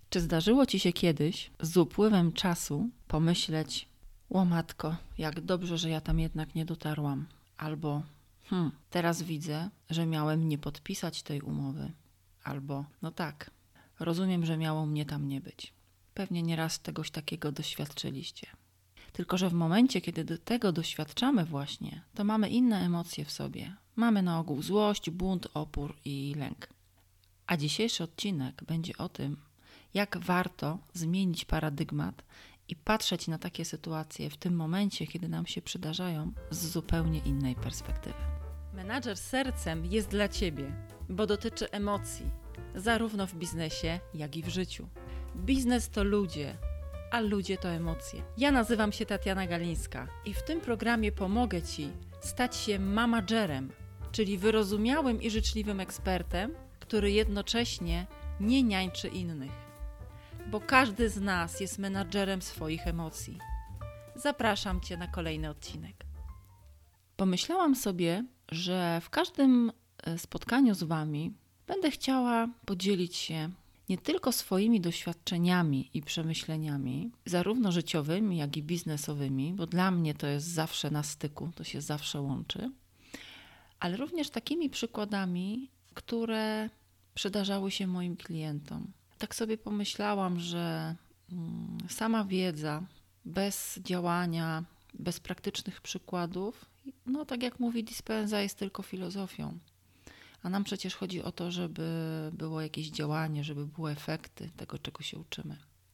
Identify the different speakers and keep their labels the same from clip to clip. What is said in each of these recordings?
Speaker 1: Czy zdarzyło Ci się kiedyś z upływem czasu pomyśleć: o matko, jak dobrze, że ja tam jednak nie dotarłam, albo teraz widzę, że miałem nie podpisać tej umowy, albo no tak, rozumiem, że miało mnie tam nie być. Pewnie nieraz czegoś takiego doświadczyliście. Tylko że w momencie, kiedy do tego doświadczamy właśnie, to mamy inne emocje w sobie. Mamy na ogół złość, bunt, opór i lęk. A dzisiejszy odcinek będzie o tym, jak warto zmienić paradygmat i patrzeć na takie sytuacje w tym momencie, kiedy nam się przydarzają, z zupełnie innej perspektywy. Menadżer z sercem jest dla Ciebie, bo dotyczy emocji, zarówno w biznesie, jak i w życiu. Biznes to ludzie, a ludzie to emocje. Ja nazywam się Tatiana Galińska i w tym programie pomogę Ci stać się mamagerem, czyli wyrozumiałym i życzliwym ekspertem, który jednocześnie nie niańczy innych. Bo każdy z nas jest menadżerem swoich emocji. Zapraszam Cię na kolejny odcinek. Pomyślałam sobie, że w każdym spotkaniu z Wami będę chciała podzielić się nie tylko swoimi doświadczeniami i przemyśleniami, zarówno życiowymi, jak i biznesowymi, bo dla mnie to jest zawsze na styku, to się zawsze łączy, ale również takimi przykładami, które przydarzały się moim klientom. Tak sobie pomyślałam, że sama wiedza, bez działania, bez praktycznych przykładów, no tak jak mówi Dispenza, jest tylko filozofią. A nam przecież chodzi o to, żeby było jakieś działanie, żeby były efekty tego, czego się uczymy.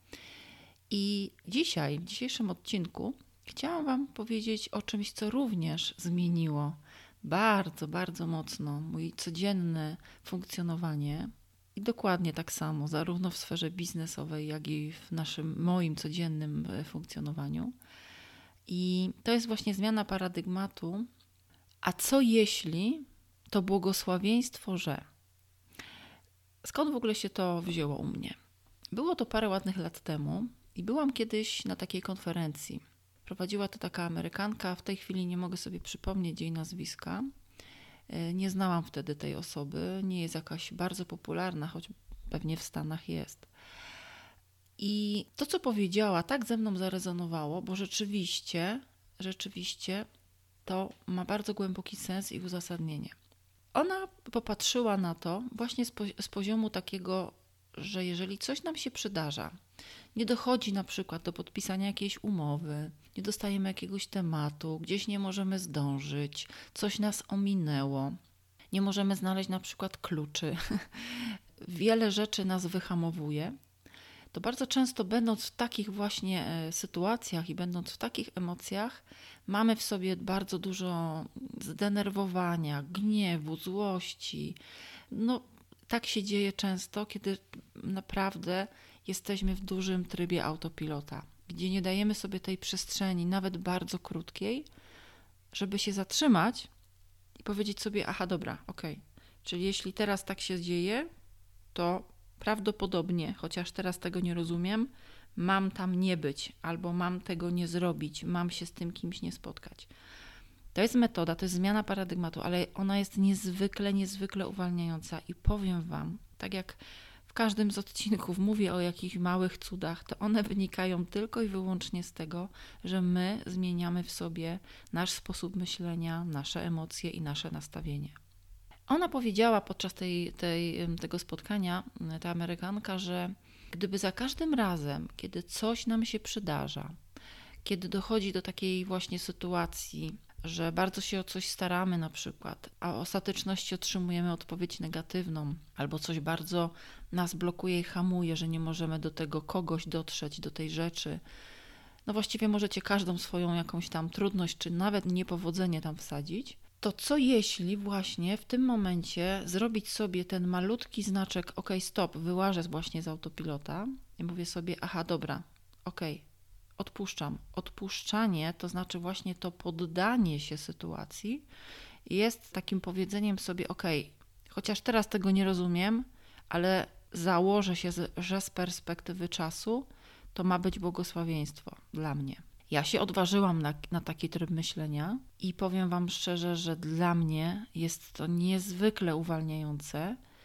Speaker 1: I dzisiaj, w dzisiejszym odcinku chciałam Wam powiedzieć o czymś, co również zmieniło bardzo, bardzo mocno moje codzienne funkcjonowanie. I dokładnie tak samo, zarówno w sferze biznesowej, jak i w moim codziennym funkcjonowaniu. I to jest właśnie zmiana paradygmatu. A co jeśli to błogosławieństwo, że? Skąd w ogóle się to wzięło u mnie? Było to parę ładnych lat temu i byłam kiedyś na takiej konferencji. Prowadziła to taka Amerykanka, w tej chwili nie mogę sobie przypomnieć jej nazwiska. Nie znałam wtedy tej osoby, nie jest jakaś bardzo popularna, choć pewnie w Stanach jest. I to, co powiedziała, tak ze mną zarezonowało, bo rzeczywiście to ma bardzo głęboki sens i uzasadnienie. Ona popatrzyła na to właśnie z poziomu takiego, że jeżeli coś nam się przydarza, nie dochodzi na przykład do podpisania jakiejś umowy, nie dostajemy jakiegoś tematu, gdzieś nie możemy zdążyć, coś nas ominęło, nie możemy znaleźć na przykład kluczy, wiele rzeczy nas wyhamowuje, to bardzo często będąc w takich właśnie sytuacjach i będąc w takich emocjach, mamy w sobie bardzo dużo zdenerwowania, gniewu, złości. No tak się dzieje często, kiedy naprawdę jesteśmy w dużym trybie autopilota, gdzie nie dajemy sobie tej przestrzeni, nawet bardzo krótkiej, żeby się zatrzymać i powiedzieć sobie: aha, dobra, okej. Czyli jeśli teraz tak się dzieje, to prawdopodobnie, chociaż teraz tego nie rozumiem, mam tam nie być, albo mam tego nie zrobić, mam się z tym kimś nie spotkać. To jest metoda, to jest zmiana paradygmatu, ale ona jest niezwykle uwalniająca i powiem Wam, tak jak w każdym z odcinków mówię o jakichś małych cudach, to one wynikają tylko i wyłącznie z tego, że my zmieniamy w sobie nasz sposób myślenia, nasze emocje i nasze nastawienie. Ona powiedziała podczas tego spotkania, ta Amerykanka, że gdyby za każdym razem, kiedy coś nam się przydarza, kiedy dochodzi do takiej właśnie sytuacji, że bardzo się o coś staramy na przykład, a w ostateczności otrzymujemy odpowiedź negatywną, albo coś bardzo nas blokuje i hamuje, że nie możemy do tego kogoś dotrzeć, do tej rzeczy, no właściwie możecie każdą swoją jakąś tam trudność, czy nawet niepowodzenie tam wsadzić, to co jeśli właśnie w tym momencie zrobić sobie ten malutki znaczek: ok, stop, wyłażę właśnie z autopilota i mówię sobie: aha, dobra, okej, odpuszczam. Odpuszczanie to znaczy właśnie to poddanie się sytuacji jest takim powiedzeniem sobie: okej, chociaż teraz tego nie rozumiem, ale założę się, że z perspektywy czasu to ma być błogosławieństwo dla mnie. Ja się odważyłam na taki tryb myślenia i powiem Wam szczerze, że dla mnie jest to niezwykle uwalniające.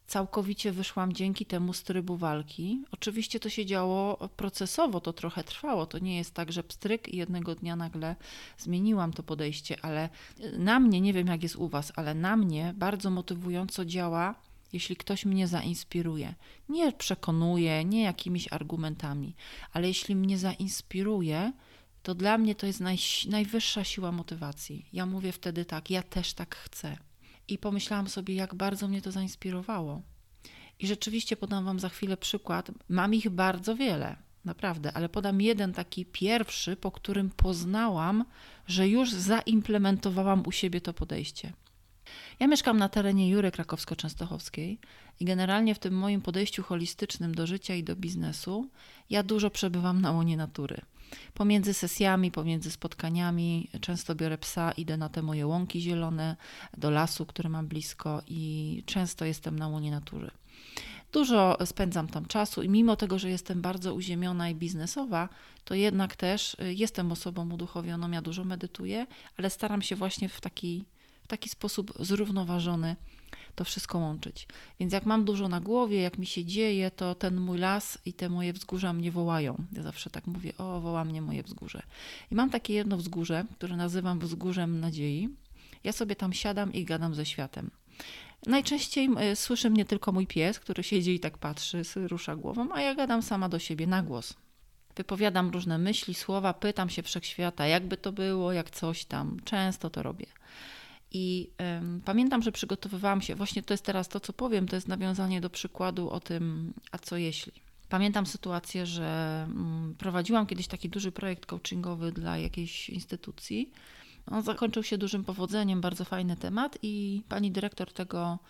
Speaker 1: Całkowicie wyszłam dzięki temu z trybu walki. Oczywiście to się działo procesowo, to trochę trwało. To nie jest tak, że pstryk i jednego dnia nagle zmieniłam to podejście, ale na mnie, nie wiem jak jest u Was, ale na mnie bardzo motywująco działa, jeśli ktoś mnie zainspiruje. Nie przekonuje, nie jakimiś argumentami, ale jeśli mnie zainspiruje, to dla mnie to jest najwyższa siła motywacji. Ja mówię wtedy tak, ja też tak chcę. I pomyślałam sobie, jak bardzo mnie to zainspirowało. I rzeczywiście podam Wam za chwilę przykład. Mam ich bardzo wiele, naprawdę, ale podam jeden taki pierwszy, po którym poznałam, że już zaimplementowałam u siebie to podejście. Ja mieszkam na terenie Jury Krakowsko-Częstochowskiej i generalnie w tym moim podejściu holistycznym do życia i do biznesu ja dużo przebywam na łonie natury. Pomiędzy sesjami, pomiędzy spotkaniami często biorę psa, idę na te moje łąki zielone, do lasu, który mam blisko i często jestem na łonie natury. Dużo spędzam tam czasu i mimo tego, że jestem bardzo uziemiona i biznesowa, to jednak też jestem osobą uduchowioną, ja dużo medytuję, ale staram się właśnie w taki sposób zrównoważony to wszystko łączyć. Więc jak mam dużo na głowie, jak mi się dzieje, to ten mój las i te moje wzgórza mnie wołają. Ja zawsze tak mówię, woła mnie moje wzgórze. I mam takie jedno wzgórze, które nazywam wzgórzem nadziei. Ja sobie tam siadam i gadam ze światem. Najczęściej słyszy mnie tylko mój pies, który siedzi i tak patrzy, rusza głową, a ja gadam sama do siebie na głos. Wypowiadam różne myśli, słowa, pytam się wszechświata, jakby to było, jak coś tam. Często to robię. I pamiętam, że przygotowywałam się, właśnie to jest teraz to, co powiem, to jest nawiązanie do przykładu o tym, a co jeśli. Pamiętam sytuację, że prowadziłam kiedyś taki duży projekt coachingowy dla jakiejś instytucji. On zakończył się dużym powodzeniem, bardzo fajny temat i pani dyrektor tego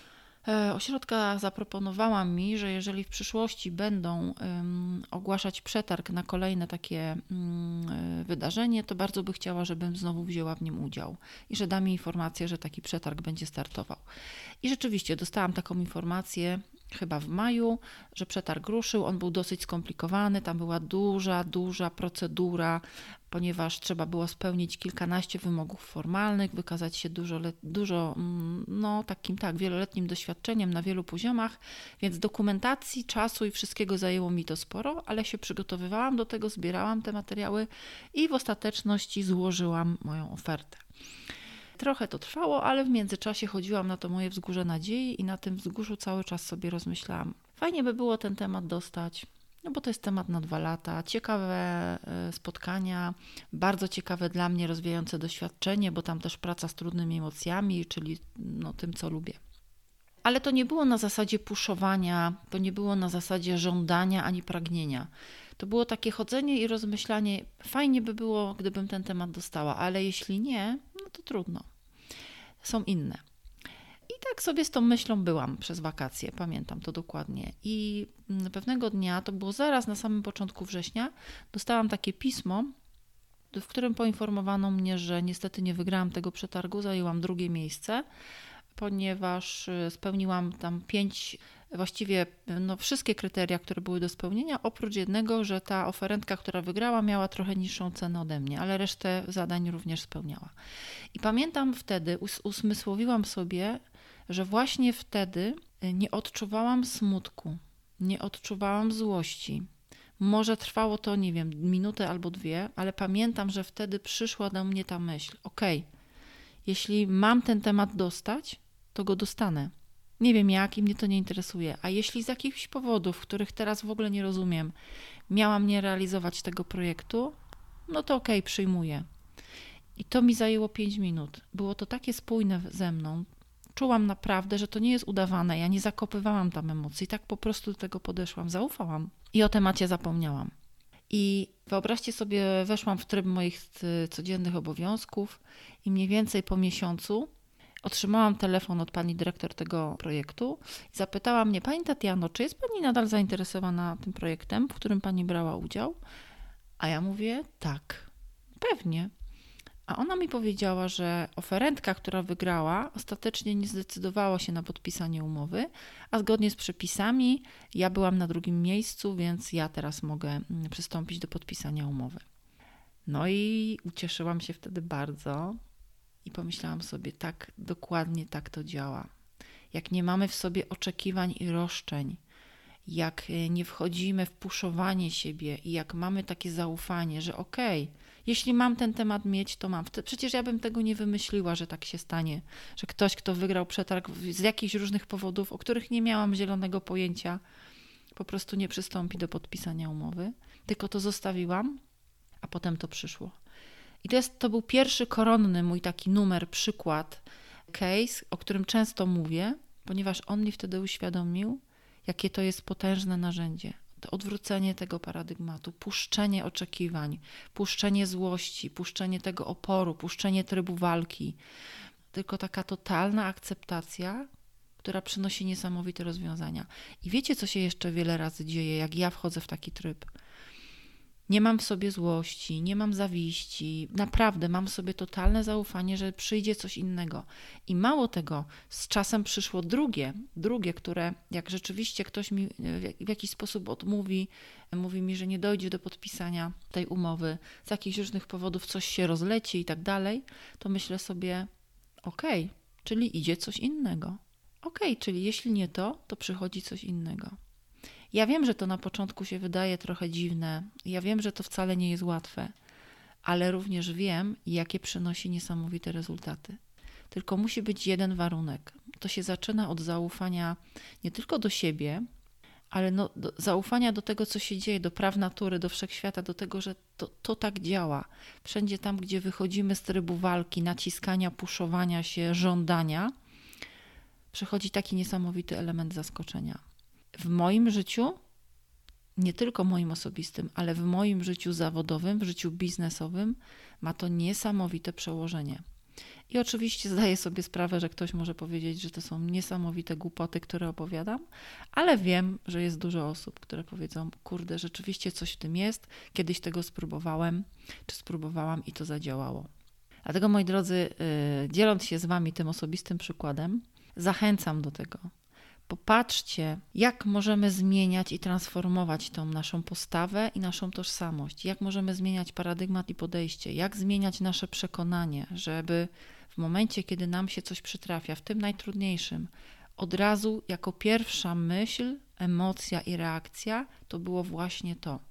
Speaker 1: ośrodka zaproponowała mi, że jeżeli w przyszłości będą ogłaszać przetarg na kolejne takie wydarzenie, to bardzo by chciała, żebym znowu wzięła w nim udział i że da mi informację, że taki przetarg będzie startował. I rzeczywiście dostałam taką informację chyba w maju, że przetarg ruszył. On był dosyć skomplikowany, tam była duża procedura, ponieważ trzeba było spełnić kilkanaście wymogów formalnych, wykazać się wieloletnim doświadczeniem na wielu poziomach, więc dokumentacji, czasu i wszystkiego zajęło mi to sporo, ale się przygotowywałam do tego, zbierałam te materiały i w ostateczności złożyłam moją ofertę. Trochę to trwało, ale w międzyczasie chodziłam na to moje wzgórze nadziei i na tym wzgórzu cały czas sobie rozmyślałam. Fajnie by było ten temat dostać, no bo to jest temat na 2 lata, ciekawe spotkania, bardzo ciekawe dla mnie rozwijające doświadczenie, bo tam też praca z trudnymi emocjami, czyli tym, co lubię. Ale to nie było na zasadzie puszowania, to nie było na zasadzie żądania ani pragnienia. To było takie chodzenie i rozmyślanie, fajnie by było, gdybym ten temat dostała, ale jeśli nie, no to trudno. Są inne. I tak sobie z tą myślą byłam przez wakacje, pamiętam to dokładnie. I pewnego dnia, to było zaraz na samym początku września, dostałam takie pismo, w którym poinformowano mnie, że niestety nie wygrałam tego przetargu, zajęłam 2. miejsce, ponieważ spełniłam tam 5, właściwie wszystkie kryteria, które były do spełnienia, oprócz jednego, że ta oferentka, która wygrała, miała trochę niższą cenę ode mnie, ale resztę zadań również spełniała. I pamiętam wtedy, usmysłowiłam sobie, że właśnie wtedy nie odczuwałam smutku, nie odczuwałam złości. Może trwało to, nie wiem, minutę albo 2, ale pamiętam, że wtedy przyszła do mnie ta myśl, jeśli mam ten temat dostać, to go dostanę. Nie wiem jak i mnie to nie interesuje. A jeśli z jakichś powodów, których teraz w ogóle nie rozumiem, miałam nie realizować tego projektu, no to przyjmuję. I to mi zajęło 5 minut. Było to takie spójne ze mną. Czułam naprawdę, że to nie jest udawane. Ja nie zakopywałam tam emocji. Tak po prostu do tego podeszłam. Zaufałam. I o temacie zapomniałam. I wyobraźcie sobie, weszłam w tryb moich codziennych obowiązków i mniej więcej po miesiącu otrzymałam telefon od pani dyrektor tego projektu i zapytała mnie, pani Tatiano, czy jest pani nadal zainteresowana tym projektem, w którym pani brała udział? A ja mówię, tak, pewnie. A ona mi powiedziała, że oferentka, która wygrała, ostatecznie nie zdecydowała się na podpisanie umowy, a zgodnie z przepisami ja byłam na 2. miejscu, więc ja teraz mogę przystąpić do podpisania umowy. No i ucieszyłam się wtedy bardzo i pomyślałam sobie, tak, dokładnie tak to działa. jak nie mamy w sobie oczekiwań i roszczeń, jak nie wchodzimy w puszowanie siebie i jak mamy takie zaufanie, że jeśli mam ten temat mieć, to mam. Przecież ja bym tego nie wymyśliła, że tak się stanie, że ktoś, kto wygrał przetarg z jakichś różnych powodów, o których nie miałam zielonego pojęcia, po prostu nie przystąpi do podpisania umowy, tylko to zostawiłam, a potem to przyszło. I to był pierwszy koronny mój taki numer, przykład, case, o którym często mówię, ponieważ on mi wtedy uświadomił, jakie to jest potężne narzędzie. To odwrócenie tego paradygmatu, puszczenie oczekiwań, puszczenie złości, puszczenie tego oporu, puszczenie trybu walki. Tylko taka totalna akceptacja, która przynosi niesamowite rozwiązania. I wiecie, co się jeszcze wiele razy dzieje, jak ja wchodzę w taki tryb? Nie mam w sobie złości, nie mam zawiści, naprawdę mam w sobie totalne zaufanie, że przyjdzie coś innego. I mało tego, z czasem przyszło drugie, które jak rzeczywiście ktoś mi w jakiś sposób odmówi, mówi mi, że nie dojdzie do podpisania tej umowy, z jakichś różnych powodów coś się rozleci i tak dalej, to myślę sobie, czyli idzie coś innego. Czyli jeśli nie to przychodzi coś innego. Ja wiem, że to na początku się wydaje trochę dziwne, ja wiem, że to wcale nie jest łatwe, ale również wiem, jakie przynosi niesamowite rezultaty. Tylko musi być jeden warunek. To się zaczyna od zaufania nie tylko do siebie, ale zaufania do tego, co się dzieje, do praw natury, do wszechświata, do tego, że to tak działa. Wszędzie tam, gdzie wychodzimy z trybu walki, naciskania, puszowania się, żądania, przychodzi taki niesamowity element zaskoczenia. W moim życiu, nie tylko moim osobistym, ale w moim życiu zawodowym, w życiu biznesowym ma to niesamowite przełożenie. I oczywiście zdaję sobie sprawę, że ktoś może powiedzieć, że to są niesamowite głupoty, które opowiadam, ale wiem, że jest dużo osób, które powiedzą, kurde, rzeczywiście coś w tym jest, kiedyś tego spróbowałem, czy spróbowałam i to zadziałało. Dlatego, moi drodzy, dzieląc się z wami tym osobistym przykładem, zachęcam do tego. Popatrzcie, jak możemy zmieniać i transformować tą naszą postawę i naszą tożsamość, jak możemy zmieniać paradygmat i podejście, jak zmieniać nasze przekonanie, żeby w momencie, kiedy nam się coś przytrafia, w tym najtrudniejszym, od razu jako pierwsza myśl, emocja i reakcja to było właśnie to.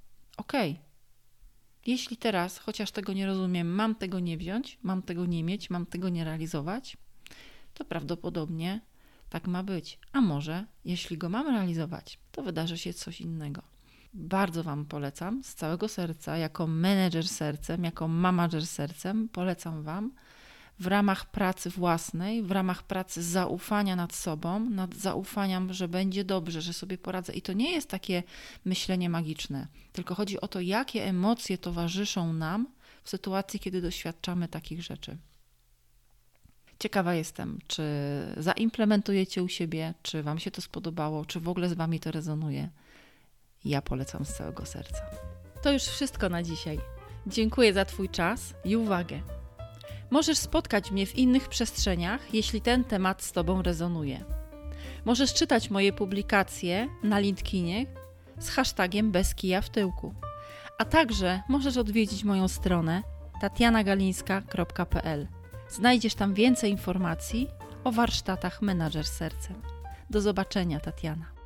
Speaker 1: Jeśli teraz, chociaż tego nie rozumiem, mam tego nie wziąć, mam tego nie mieć, mam tego nie realizować, to prawdopodobnie tak ma być. A może, jeśli go mam realizować, to wydarzy się coś innego. Bardzo wam polecam z całego serca, jako menedżer sercem, jako manager sercem, polecam wam w ramach pracy własnej, w ramach pracy zaufania nad sobą, nad zaufaniem, że będzie dobrze, że sobie poradzę. I to nie jest takie myślenie magiczne, tylko chodzi o to, jakie emocje towarzyszą nam w sytuacji, kiedy doświadczamy takich rzeczy. Ciekawa jestem, czy zaimplementujecie u siebie, czy wam się to spodobało, czy w ogóle z wami to rezonuje. Ja polecam z całego serca. To już wszystko na dzisiaj. Dziękuję za twój czas i uwagę. Możesz spotkać mnie w innych przestrzeniach, jeśli ten temat z tobą rezonuje. Możesz czytać moje publikacje na LinkedInie z hashtagiem bez kija w tyłku. A także możesz odwiedzić moją stronę tatianagalińska.pl. Znajdziesz tam więcej informacji o warsztatach Menadżer Sercem. Do zobaczenia, Tatiana.